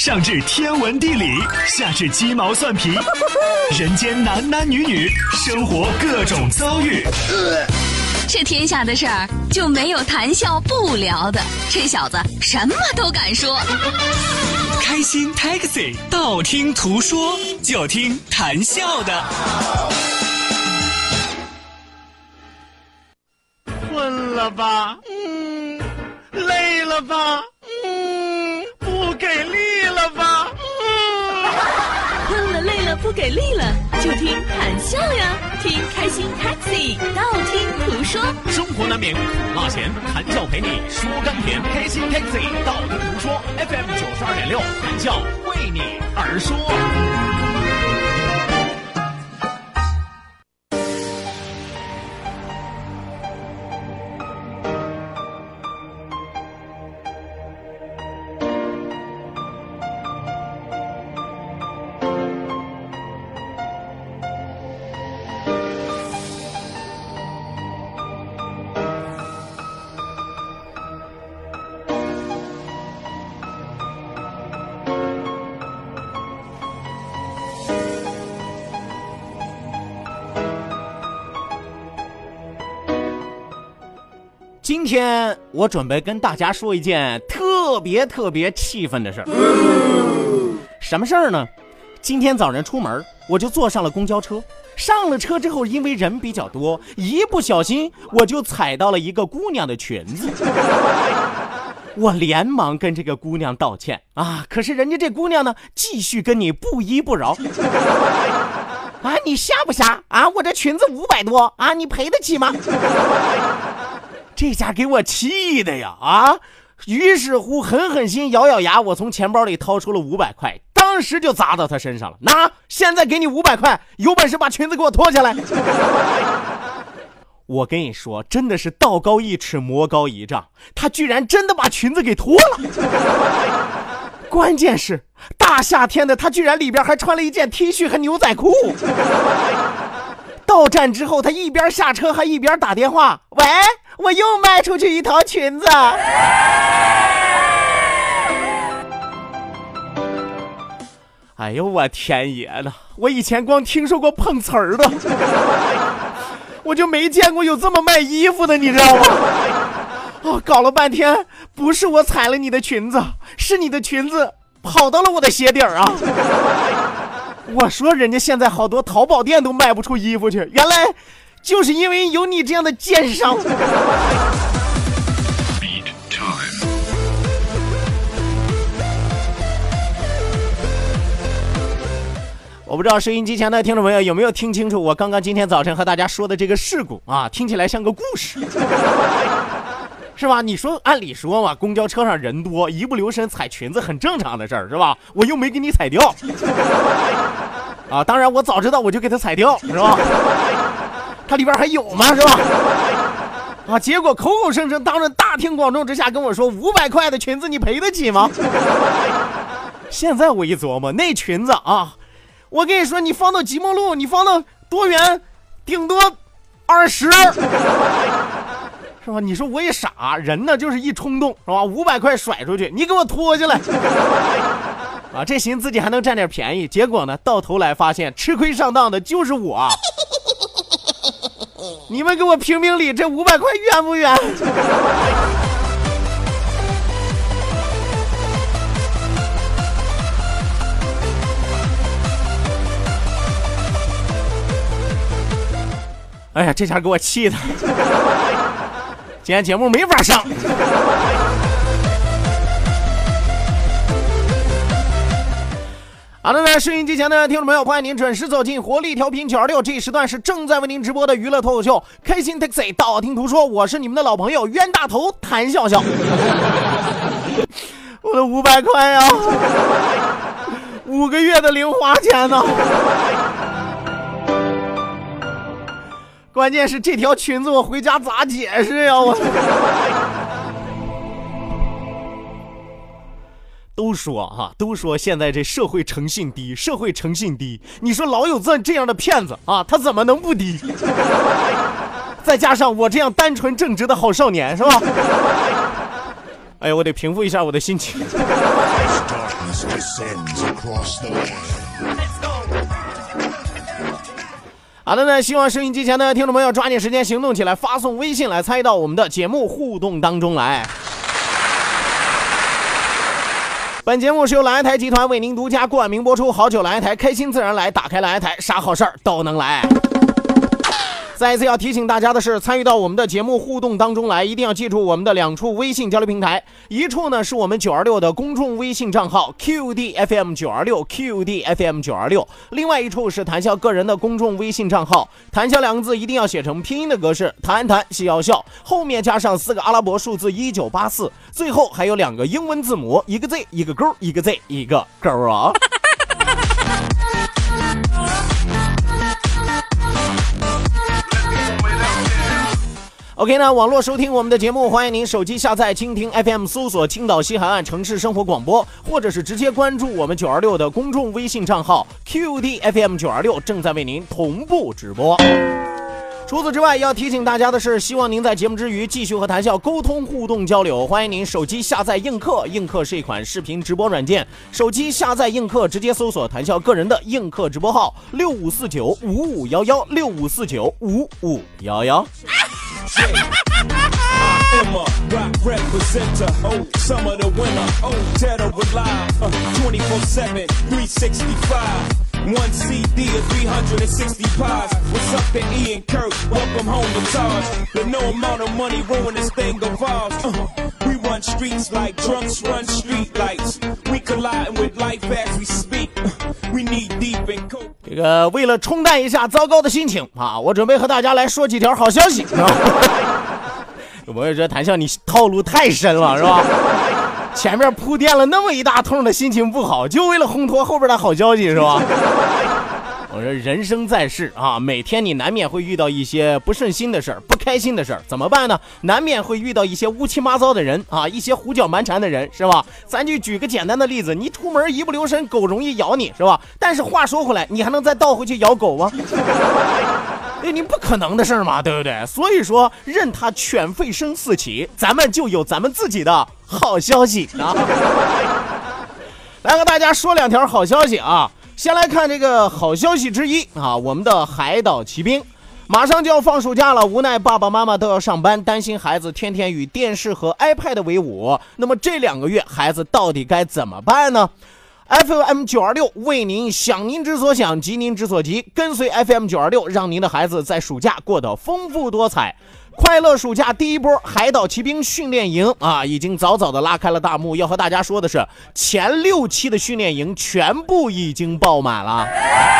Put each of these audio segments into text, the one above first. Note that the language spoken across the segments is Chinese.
上至天文地理，下至鸡毛蒜皮，人间男男女女，生活各种遭遇。 这天下的事儿就没有谈笑不聊的，这小子什么都敢说。 开心 Taxi， 道听途说，就听谈笑的。 困了吧？累了吧？不给力了吧？ 困了累了不给力了，就听谈笑呀，听开心 Taxi， 道听途说。 生活难免苦辣咸，谈笑陪你说甘甜。开心 Taxi， 道听途说 FM 92.6，谈笑为你而说。 今天我准备跟大家说一件特别气愤的事儿。什么事儿呢？今天早上出门，我就坐上了公交车。上了车之后，因为人比较多，一不小心我就踩到了一个姑娘的裙子。我连忙跟这个姑娘道歉啊，可是人家这姑娘呢，继续跟你不依不饶。啊，你瞎不瞎啊？我这裙子500多啊，你赔得起吗？这下给我气的呀啊！于是乎狠心咬牙，我从钱包里掏出了500块，当时就砸到他身上了。那现在给你500块，有本事把裙子给我脱下来。我跟你说，真的是道高一尺魔高一丈，他居然真的把裙子给脱了。关键是大夏天的，他居然里边还穿了一件 T 恤和牛仔裤。到站之后，他一边下车还一边打电话，喂，我又卖出去一条裙子。哎呦我天爷的，我以前光听说过碰瓷儿的，我就没见过有这么卖衣服的，你知道吗？哦，搞了半天不是我踩了你的裙子，是你的裙子跑到了我的鞋底儿啊。我说人家现在好多淘宝店都卖不出衣服去，原来就是因为有你这样的奸商。我不知道收音机前的听众朋友有没有听清楚我刚刚今天早晨和大家说的这个事故啊，听起来像个故事。是吧？你说按理说嘛，公交车上人多，一不留神踩裙子很正常的事儿，是吧？我又没给你踩掉。啊，当然我早知道我就给他踩掉，是吧？他里边还有吗？是吧？啊，结果口口声声当着大庭广众之下跟我说500块的裙子你赔得起吗？现在我一琢磨，那裙子啊，我跟你说，你放到即墨路，你放到多远，顶多20。是吧？你说我也傻，人呢就是一冲动，是吧？500块甩出去，你给我拖下来。啊，这寻自己还能占点便宜，结果呢，到头来发现吃亏上当的就是我。你们给我评评理，这500块冤不冤？哎呀，这下给我气的。今天节目没法上。好的呢，收音机前的听众朋友，欢迎您准时走进活力调频926，这一时段是正在为您直播的娱乐脱口秀开心 Taxi， 道听途说，我是你们的老朋友冤大头谭笑笑。我的500块呀，5个月的零花钱呢。关键是这条裙子我回家咋解释呀？我都说现在这社会诚信低，你说老有这样的骗子啊，他怎么能不低？再加上我这样单纯正直的好少年，是吧？ 哎呀，我得平复一下我的心情。好的呢，希望收音机前的听众朋友抓紧时间行动起来，发送微信来参与到我们的节目互动当中来。本节目是由蓝台集团为您独家冠名播出，好酒蓝台，开心自然来，打开蓝台，啥好事儿都能来。再一次要提醒大家的是，参与到我们的节目互动当中来，一定要记住我们的2处微信交流平台，一处呢是我们926的公众微信账号 QDFM926 QDFM926， 另外一处是谈笑个人的公众微信账号，谈笑2个字一定要写成拼音的格式，谈谈笑笑，后面加上4个阿拉伯数字1984，最后还有2个英文字母，一个 Z 一个勾，一个 Z 一个勾啊。OK 呢，网络收听我们的节目，欢迎您手机下载蜻蜓 FM， 搜索青岛西海岸城市生活广播，或者是直接关注我们926的公众微信账号 QDFM926， 正在为您同步直播。除此之外，要提醒大家的是，希望您在节目之余继续和谈笑沟通互动交流。欢迎您手机下载映客，映客是一款视频直播软件，手机下载映客，直接搜索谈笑个人的映客直播号65495511 65495511。 Emma, rock representer, oh, summer the winner, oh, dead or alive, 24/7, 365, one CD of 360 pies. What's up to Ian Kirk? Welcome home to Taj. But no amount of money ruin this thing of ours. We run streets like drunks run street lights. We colliding with life as we speak. We need deep in coke. 这个为了冲淡一下糟糕的心情啊，我准备和大家来说几条好消息。我也觉得谈笑你套路太深了，是吧？前面铺垫了那么一大通的心情不好，就为了烘托后边的好消息，是吧？我说人生在世啊，每天你难免会遇到一些不顺心的事儿、不开心的事儿，怎么办呢？难免会遇到一些乌七八糟的人啊，一些胡搅蛮缠的人，是吧？咱就举个简单的例子，你出门一不留神，狗容易咬你，是吧？但是话说回来，你还能再倒回去咬狗吗？对，你不可能的事儿嘛，对不对？所以说，任他犬吠声四起，咱们就有咱们自己的好消息啊！来和大家说2条好消息啊！先来看这个好消息之一啊，我们的海岛奇兵马上就要放暑假了，无奈爸爸妈妈都要上班，担心孩子天天与电视和 iPad 为伍，那么这2个月孩子到底该怎么办呢？FM926 为您想您之所想，急您之所急，跟随 FM926， 让您的孩子在暑假过得丰富多彩。快乐暑假第一波海岛骑兵训练营啊，已经早早的拉开了大幕。要和大家说的是，前6期的训练营全部已经爆满了。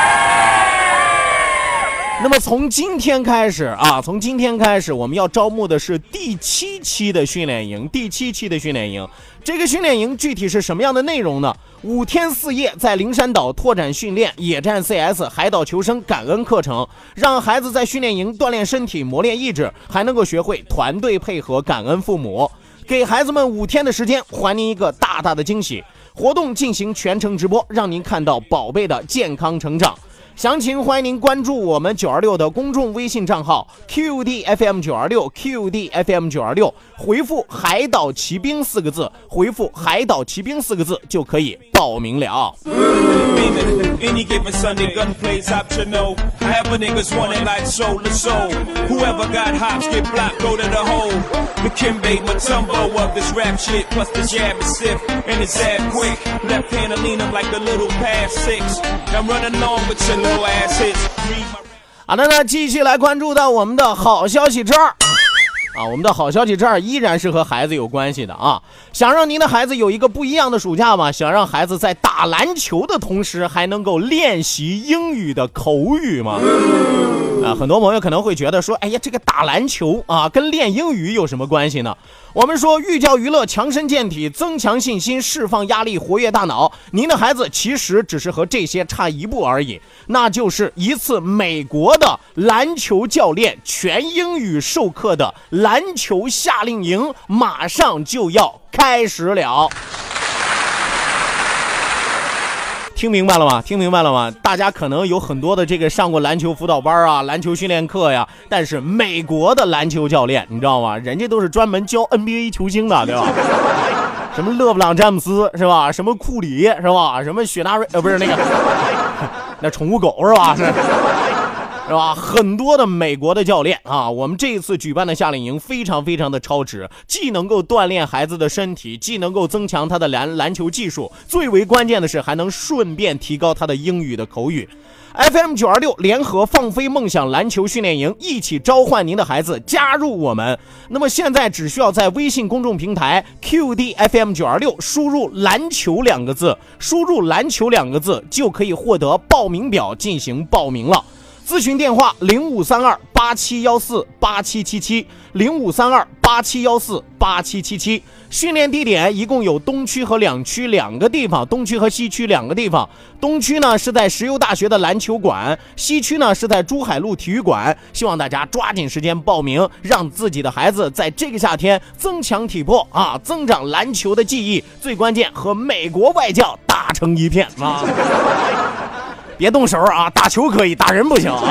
那么从今天开始啊，我们要招募的是第7期的训练营。这个训练营具体是什么样的内容呢？5天4夜在灵山岛拓展训练、野战 CS、海岛求生、感恩课程，让孩子在训练营锻炼身体、磨练意志，还能够学会团队配合、感恩父母。给孩子们5天的时间，还您一个大大的惊喜。活动进行全程直播，让您看到宝贝的健康成长。详情欢迎您关注我们926的公众微信账号 QDFM926 QDFM926， 回复海岛骑兵4个字，回复海岛骑兵4个字就可以报名了。 Any given Sunday, gunplays optional. Half niggas running like soul to soul. Whoever got hops get blocked, go to the hole. The Kimbe Matumbo of this rap shit, plus the jab is stiff and it's ab quick. Left hand to lean up like a little past 6. I'm running along with your little ass hits. 好的呢，继续来关注到我们的好消息之2。我们的好消息这儿依然是和孩子有关系的啊！想让您的孩子有一个不一样的暑假吗？想让孩子在打篮球的同时还能够练习英语的口语吗？很多朋友可能会觉得说，哎呀，这个打篮球啊，跟练英语有什么关系呢？我们说寓教于乐，强身健体，增强信心，释放压力，活跃大脑。您的孩子其实只是和这些差一步而已，那就是一次美国的篮球教练全英语授课的篮球夏令营，马上就要开始了。 听明白了吗？听明白了吗？大家可能有很多的这个上过篮球辅导班啊、篮球训练课呀，但是美国的篮球教练，你知道吗？人家都是专门教 NBA 球星的，对吧？什么勒布朗詹姆斯是吧？什么库里是吧？什么雪纳瑞不是那个那宠物狗是吧？是吧？很多的美国的教练啊，我们这一次举办的夏令营非常非常的超值，既能够锻炼孩子的身体，既能够增强他的篮球技术，最为关键的是还能顺便提高他的英语的口语。FM926 联合放飞梦想篮球训练营，一起召唤您的孩子加入我们。那么现在只需要在微信公众平台 QDFM926 输入篮球两个字，输入篮球两个字就可以获得报名表进行报名了。咨询电话053287148777 053287148777。训练地点一共有东区和两区两个地方，东区和西区两个地方。东区呢是在石油大学的篮球馆，西区呢是在珠海路体育馆。希望大家抓紧时间报名，让自己的孩子在这个夏天增强体魄啊，增长篮球的技艺，最关键和美国外教打成一片啊！别动手啊，打球可以，打人不行啊。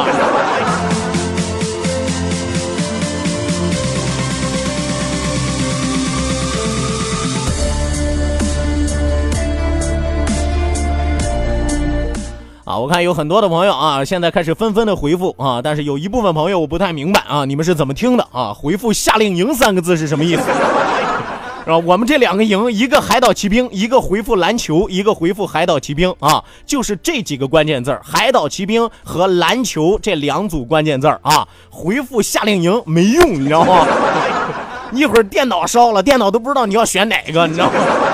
我看有很多的朋友啊，现在开始纷纷的回复啊，但是有一部分朋友我不太明白啊，你们是怎么听的啊？回复夏令营3个字是什么意思？我们这2个营，一个海岛骑兵，一个回复篮球，一个回复海岛骑兵啊，就是这几个关键字，海岛骑兵和篮球这2组关键字啊，回复夏令营没用，你知道吗？一会儿电脑烧了，电脑都不知道你要选哪个，你知道吗？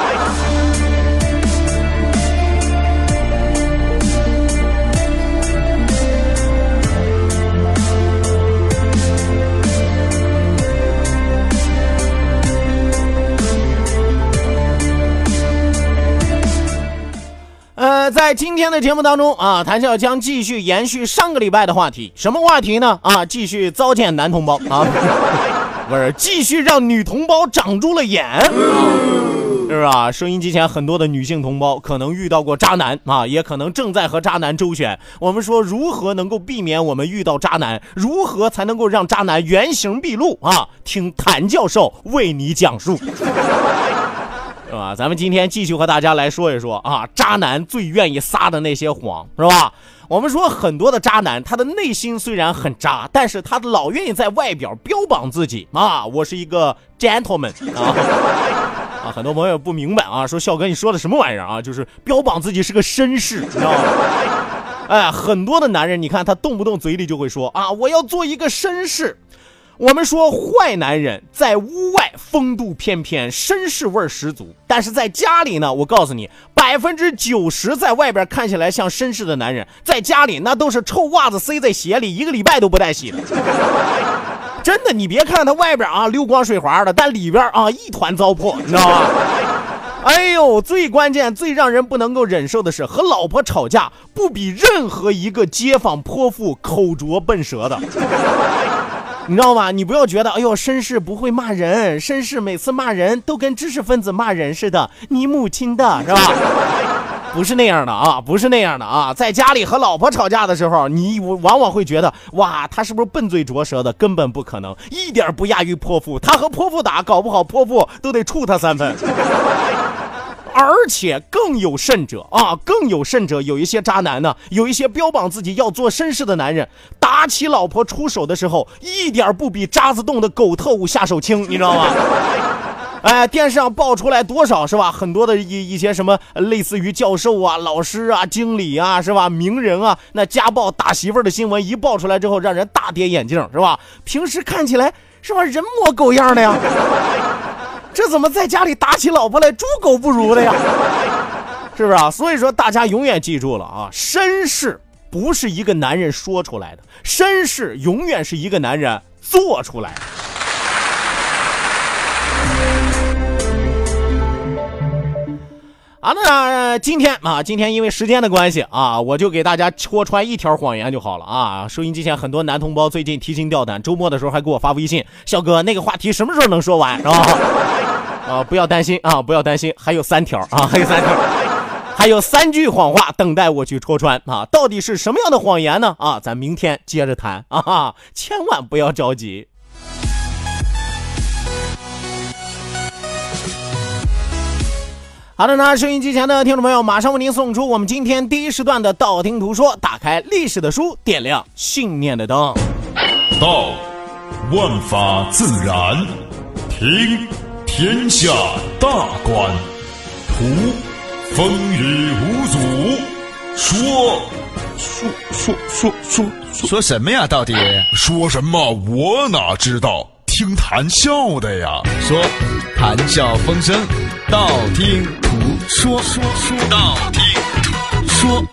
在今天的节目当中啊，谭笑将继续延续上个礼拜的话题，什么话题呢？啊，继续糟践男同胞啊，不是，继续让女同胞长住了眼，是吧？收音机前很多的女性同胞可能遇到过渣男啊，也可能正在和渣男周旋。我们说如何能够避免我们遇到渣男，如何才能够让渣男原形毕露啊？听谭教授为你讲述。是吧？咱们今天继续和大家来说一说啊，渣男最愿意撒的那些谎，是吧？我们说很多的渣男，他的内心虽然很渣，但是他老愿意在外表标榜自己啊，我是一个 gentleman 啊。很多朋友不明白啊，说笑哥你说的什么玩意儿啊？就是标榜自己是个绅士，你知道吗？哎，很多的男人，你看他动不动嘴里就会说啊，我要做一个绅士。我们说坏男人在屋外风度翩翩，绅士味十足，但是在家里呢，我告诉你，90%在外边看起来像绅士的男人，在家里那都是臭袜子塞在鞋里，1个礼拜都不带洗的。真的，你别看他外边啊溜光水滑的，但里边啊一团糟粕，你知道吗？哎呦，最关键最让人不能够忍受的是，和老婆吵架不比任何一个街坊泼妇口拙笨舌的。你知道吗？你不要觉得哎呦绅士不会骂人，绅士每次骂人都跟知识分子骂人似的，你母亲的是吧？不是那样的啊，不是那样的啊！在家里和老婆吵架的时候，你往往会觉得哇，他是不是笨嘴拙舌的？根本不可能，一点不亚于泼妇。他和泼妇打，搞不好泼妇都得处他3分。而且更有甚者啊，更有甚者，有一些渣男呢，有一些标榜自己要做绅士的男人，打起老婆出手的时候，一点不比渣滓洞的狗特务下手轻，你知道吗？哎，电视上爆出来多少是吧？很多的一些什么类似于教授啊、老师啊、经理啊，是吧？名人啊，那家暴打媳妇儿的新闻一爆出来之后，让人大跌眼镜，是吧？平时看起来是吧，人模狗样的呀。这怎么在家里打起老婆来猪狗不如的呀？是不是啊？所以说大家永远记住了啊，绅士不是一个男人说出来的，绅士永远是一个男人做出来的。那今天因为时间的关系啊，我就给大家戳穿一条谎言就好了啊。收音机前很多男同胞最近提心吊胆，周末的时候还给我发微信，小哥那个话题什么时候能说完，是吧？不要担心啊，不要担心，还有3条啊，还有3条。 还有3句谎话等待我去戳穿啊！到底是什么样的谎言呢？啊，咱明天接着谈啊！千万不要着急。好的呢，收音机前的听众朋友，马上为您送出我们今天第一时段的道听途说，打开历史的书，点亮信念的灯。 道，万法自然；听，天下大观；图，风雨无阻； 说什么呀？到底说什么？我哪知道？听谈笑的呀。 说，谈笑风生，道听途说，道听途说。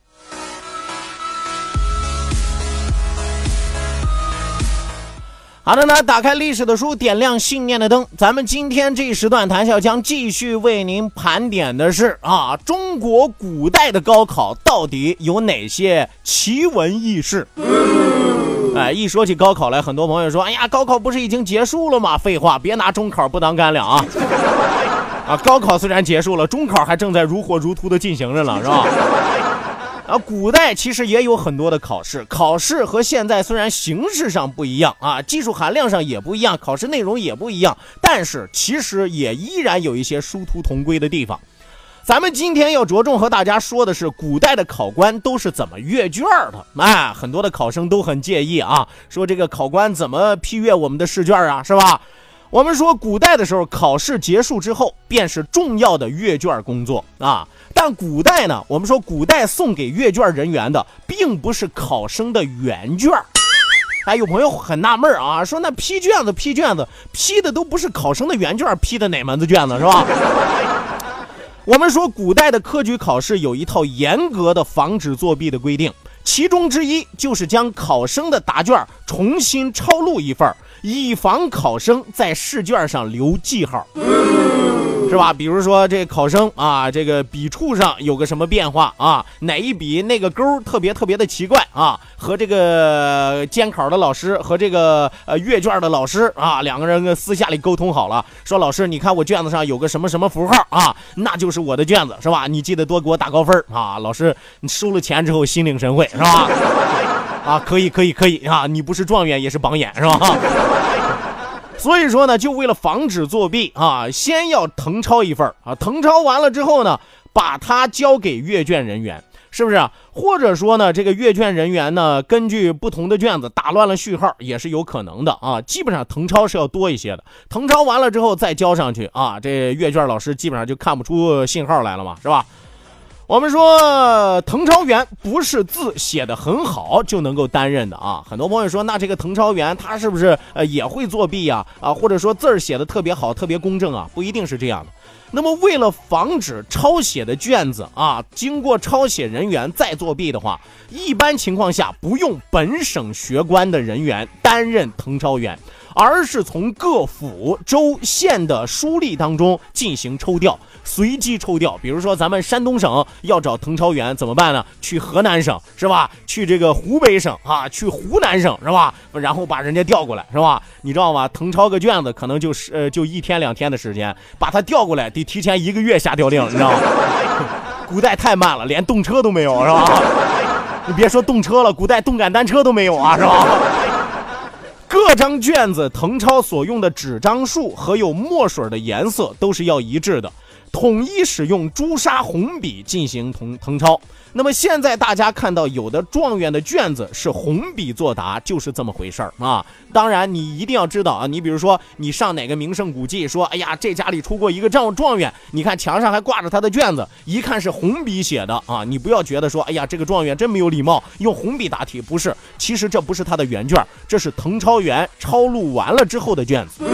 好的呢，打开历史的书，点亮信念的灯。咱们今天这一时段谈笑将继续为您盘点的是中国古代的高考到底有哪些奇闻异事。一说起高考来，很多朋友说，哎呀，高考不是已经结束了吗？废话，别拿中考不当干粮啊！高考虽然结束了，中考还正在如火如荼的进行着呢，是吧？古代其实也有很多的考试，考试和现在虽然形式上不一样技术含量上也不一样，考试内容也不一样，但是其实也依然有一些殊途同归的地方。咱们今天要着重和大家说的是，古代的考官都是怎么阅卷的。很多的考生都很介意说这个考官怎么批阅我们的试卷是吧？我们说古代的时候，考试结束之后便是重要的阅卷工作但古代呢，我们说古代送给阅卷人员的并不是考生的原卷。有朋友很纳闷说那批卷子批的都不是考生的原卷，批的哪门子卷子是吧？我们说古代的科举考试有一套严格的防止作弊的规定，其中之一就是将考生的答卷重新抄录一份，以防考生在试卷上留记号，是吧？比如说这考生这个笔触上有个什么变化哪一笔那个勾特别的奇怪和这个监考的老师和这个阅卷的老师两个人私下里沟通好了，说老师你看我卷子上有个什么什么符号那就是我的卷子是吧？你记得多给我打高分老师你收了钱之后心领神会是吧？可以你不是状元也是榜眼是吧？所以说呢，就为了防止作弊先要誊抄一份誊抄完了之后呢，把它交给阅卷人员，是不是？或者说呢，这个阅卷人员呢，根据不同的卷子打乱了序号也是有可能的基本上誊抄是要多一些的，誊抄完了之后再交上去这阅卷老师基本上就看不出信号来了嘛，是吧？我们说誊抄员不是字写得很好就能够担任的很多朋友说那这个誊抄员他是不是也会作弊或者说字儿写得特别好特别公正不一定是这样的。那么为了防止抄写的卷子经过抄写人员再作弊的话，一般情况下不用本省学官的人员担任誊抄员，而是从各府州县的书吏当中进行抽调，随机抽调。比如说咱们山东省要找誊抄员怎么办呢？去河南省是吧？去这个湖北省去湖南省是吧？然后把人家调过来是吧？你知道吗？誊抄个卷子可能就1天2天的时间，把他调过来得提前1个月下调令，你知道吗？古代太慢了，连动车都没有是吧？你别说动车了，古代动感单车都没有是吧？各张卷子誊抄所用的纸张数和有墨水的颜色都是要一致的，统一使用朱砂红笔进行誊抄。那么现在大家看到有的状元的卷子是红笔作答，就是这么回事当然你一定要知道你比如说你上哪个名胜古迹，说哎呀这家里出过一个状元，你看墙上还挂着他的卷子，一看是红笔写的你不要觉得说哎呀这个状元真没有礼貌，用红笔答题，不是，其实这不是他的原卷，这是誊抄员抄录完了之后的卷子。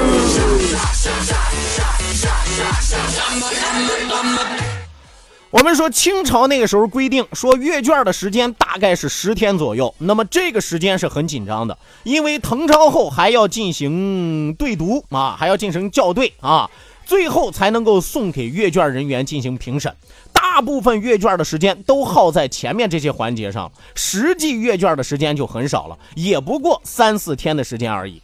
我们说清朝那个时候规定说阅卷的时间大概是10天左右，那么这个时间是很紧张的，因为誊抄后还要进行对读还要进行校对最后才能够送给阅卷人员进行评审。大部分阅卷的时间都耗在前面这些环节上，实际阅卷的时间就很少了，也不过3-4天的时间而已。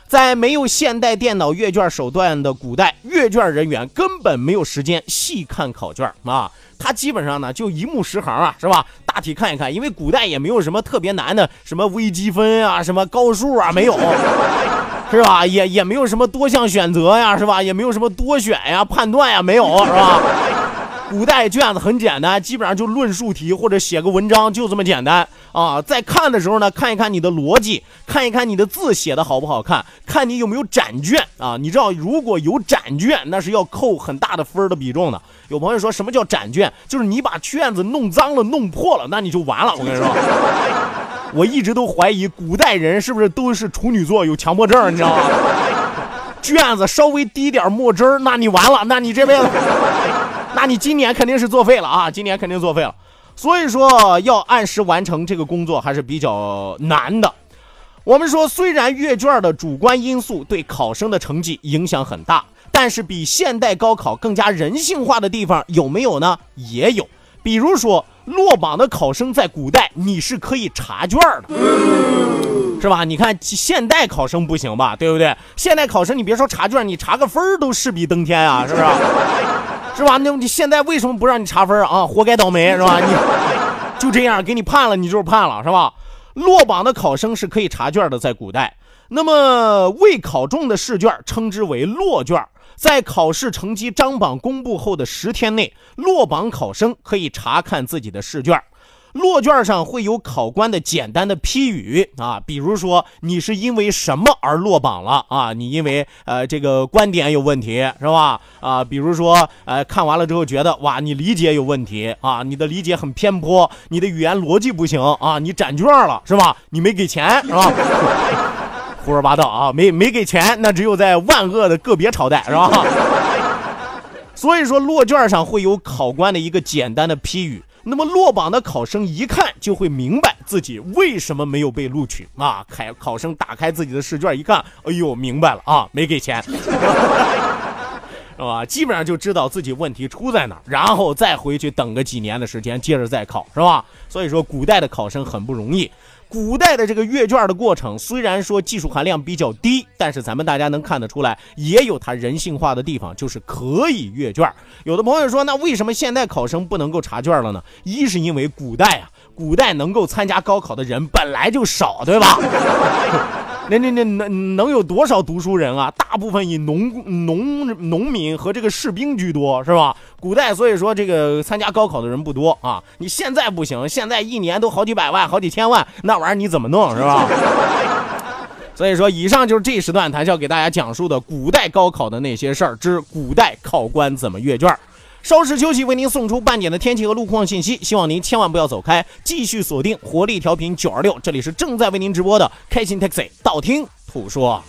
在没有现代电脑阅卷手段的古代，阅卷人员根本没有时间细看考卷啊，他基本上呢就一目十行啊，是吧？大体看一看，因为古代也没有什么特别难的，什么微积分啊，什么高数啊，没有，是吧？也没有什么多项选择呀，是吧？也没有什么多选呀、判断呀，没有，是吧？古代卷子很简单，基本上就论述题或者写个文章，就这么简单啊。在看的时候呢，看一看你的逻辑，看一看你的字写的好不好看，看你有没有展卷啊。你知道，如果有展卷，那是要扣很大的分的比重的。有朋友说什么叫展卷，就是你把卷子弄脏了、弄破了，那你就完了。我跟你说，我一直都怀疑古代人是不是都是处女座，有强迫症，你知道吗？卷子稍微滴点墨汁儿，那你完了，那你这辈子。那你今年肯定是作废了啊！今年肯定作废了，所以说要按时完成这个工作还是比较难的。我们说，虽然阅卷的主观因素对考生的成绩影响很大，但是比现代高考更加人性化的地方有没有呢？也有。比如说，落榜的考生在古代你是可以查卷的，是吧？你看现代考生不行吧，对不对？现代考生你别说查卷，你查个分都势比登天啊，是不是？是吧？那你现在为什么不让你查分啊？活该倒霉，是吧？你就这样给你判了，你就是判了，是吧？落榜的考生是可以查卷的，在古代。那么未考中的试卷称之为落卷，在考试成绩张榜公布后的10天内，落榜考生可以查看自己的试卷。落卷上会有考官的简单的批语啊，比如说你是因为什么而落榜了啊？你因为这个观点有问题，是吧？啊，比如说看完了之后觉得哇，你理解有问题啊，你的理解很偏颇，你的语言逻辑不行啊，你展卷了，是吧？你没给钱，是吧？胡说八道啊，没给钱，那只有在万恶的个别朝代，是吧？所以说落卷上会有考官的一个简单的批语。那么落榜的考生一看就会明白自己为什么没有被录取啊！考生打开自己的试卷一看，哎呦，明白了啊，没给钱，是吧？基本上就知道自己问题出在哪儿，然后再回去等个几年的时间，接着再考，是吧？所以说，古代的考生很不容易。古代的这个阅卷的过程，虽然说技术含量比较低，但是咱们大家能看得出来，也有它人性化的地方，就是可以阅卷。有的朋友说，那为什么现代考生不能够查卷了呢？一是因为古代能够参加高考的人本来就少，对吧？那能有多少读书人啊？大部分以农民和这个士兵居多，是吧？古代所以说这个参加高考的人不多啊。你现在不行，现在一年都好几百万、好几千万，那玩意儿你怎么弄，是吧？所以说，以上就是这一时段谈笑给大家讲述的古代高考的那些事儿之古代考官怎么阅卷。稍事休息，为您送出半点的天气和路况信息，希望您千万不要走开，继续锁定活力调频926，这里是正在为您直播的开心 Taxi， 道听途说。